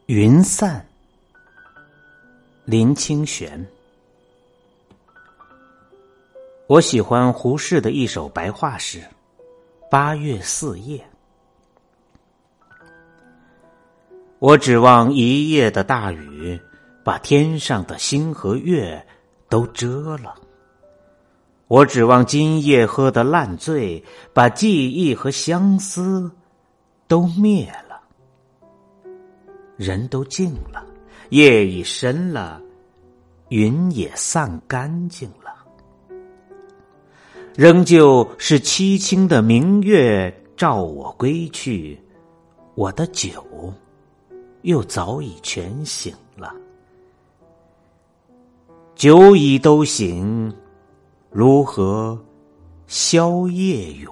云散，林清玄。我喜欢胡适的一首白话诗《八月四夜》。我指望一夜的大雨把天上的星和月都遮了，我指望今夜喝得烂醉把记忆和相思都灭了。人都静了，夜已深了，云也散干净了，仍旧是凄清的明月照我归去，我的酒又早已全醒了。酒已都醒，如何消夜咏？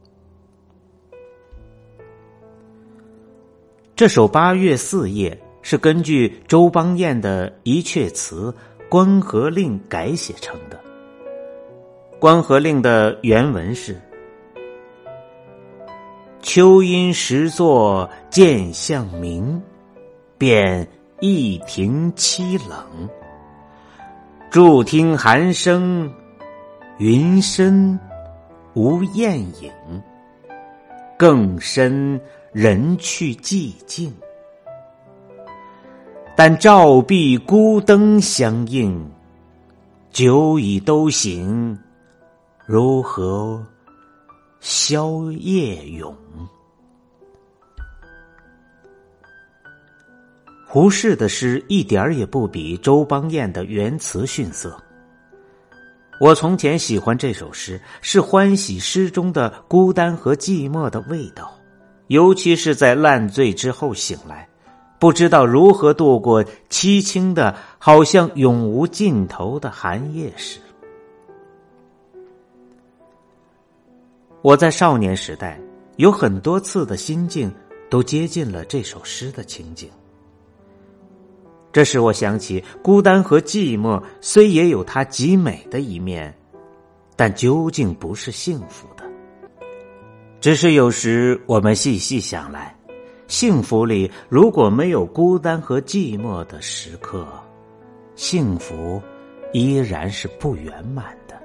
这首《八月四夜》是根据周邦彦的一阙词《关河令》改写成的。《关河令》的原文是：秋阴时作渐向明，便一庭凄冷。伫听寒声，云深无雁影，更深人去寂静。但照壁孤灯相映，酒已都醒，如何消夜咏？胡适的诗一点儿也不比周邦彦的原词逊色。我从前喜欢这首诗，是欢喜诗中的孤单和寂寞的味道，尤其是在烂醉之后醒来，不知道如何度过凄清的好像永无尽头的寒夜时。我在少年时代有很多次的心境都接近了这首诗的情景。这使我想起孤单和寂寞虽也有它极美的一面，但究竟不是幸福的。只是有时我们细细想来，幸福里如果没有孤单和寂寞的时刻，幸福依然是不圆满的。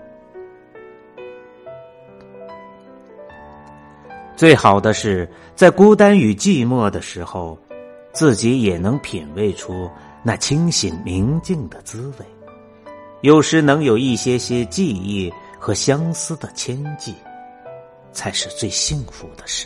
最好的是在孤单与寂寞的时候，自己也能品味出那清醒明净的滋味，有时能有一些些记忆和相思的牵系，才是最幸福的事。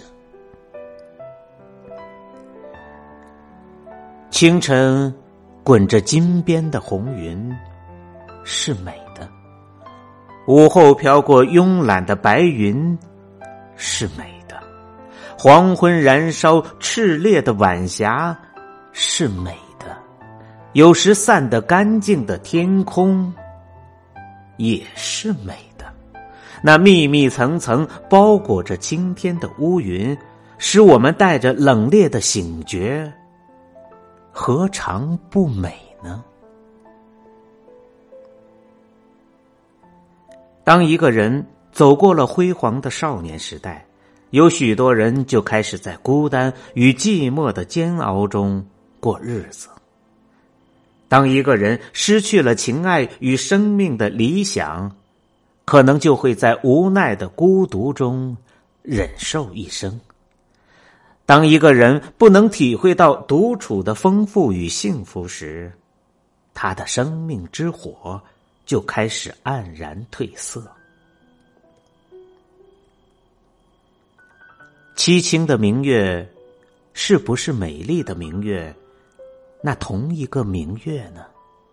清晨滚着金边的红云是美的，午后飘过慵懒的白云是美的，黄昏燃烧炽烈的晚霞是美的，有时散得干净的天空也是美的。那密密层层包裹着青天的乌云，使我们带着冷冽的醒觉，何尝不美呢？当一个人走过了辉煌的少年时代，有许多人就开始在孤单与寂寞的煎熬中过日子。当一个人失去了情爱与生命的理想，可能就会在无奈的孤独中忍受一生。当一个人不能体会到独处的丰富与幸福时，他的生命之火就开始黯然褪色。凄清的明月是不是美丽的明月那同一个明月呢？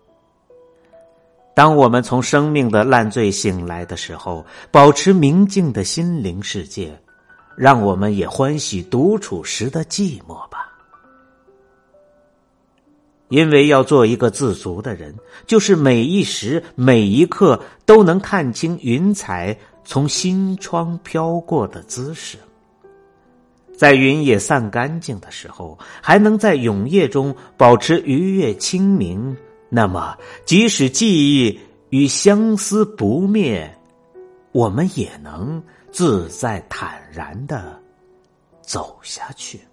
当我们从生命的烂醉醒来的时候，保持明净的心灵世界，让我们也欢喜独处时的寂寞吧。因为要做一个自足的人，就是每一时每一刻都能看清云彩从心窗飘过的姿势，在云也散干净的时候，还能在永夜中保持愉悦清明，那么即使记忆与相思不灭，我们也能自在坦然地走下去。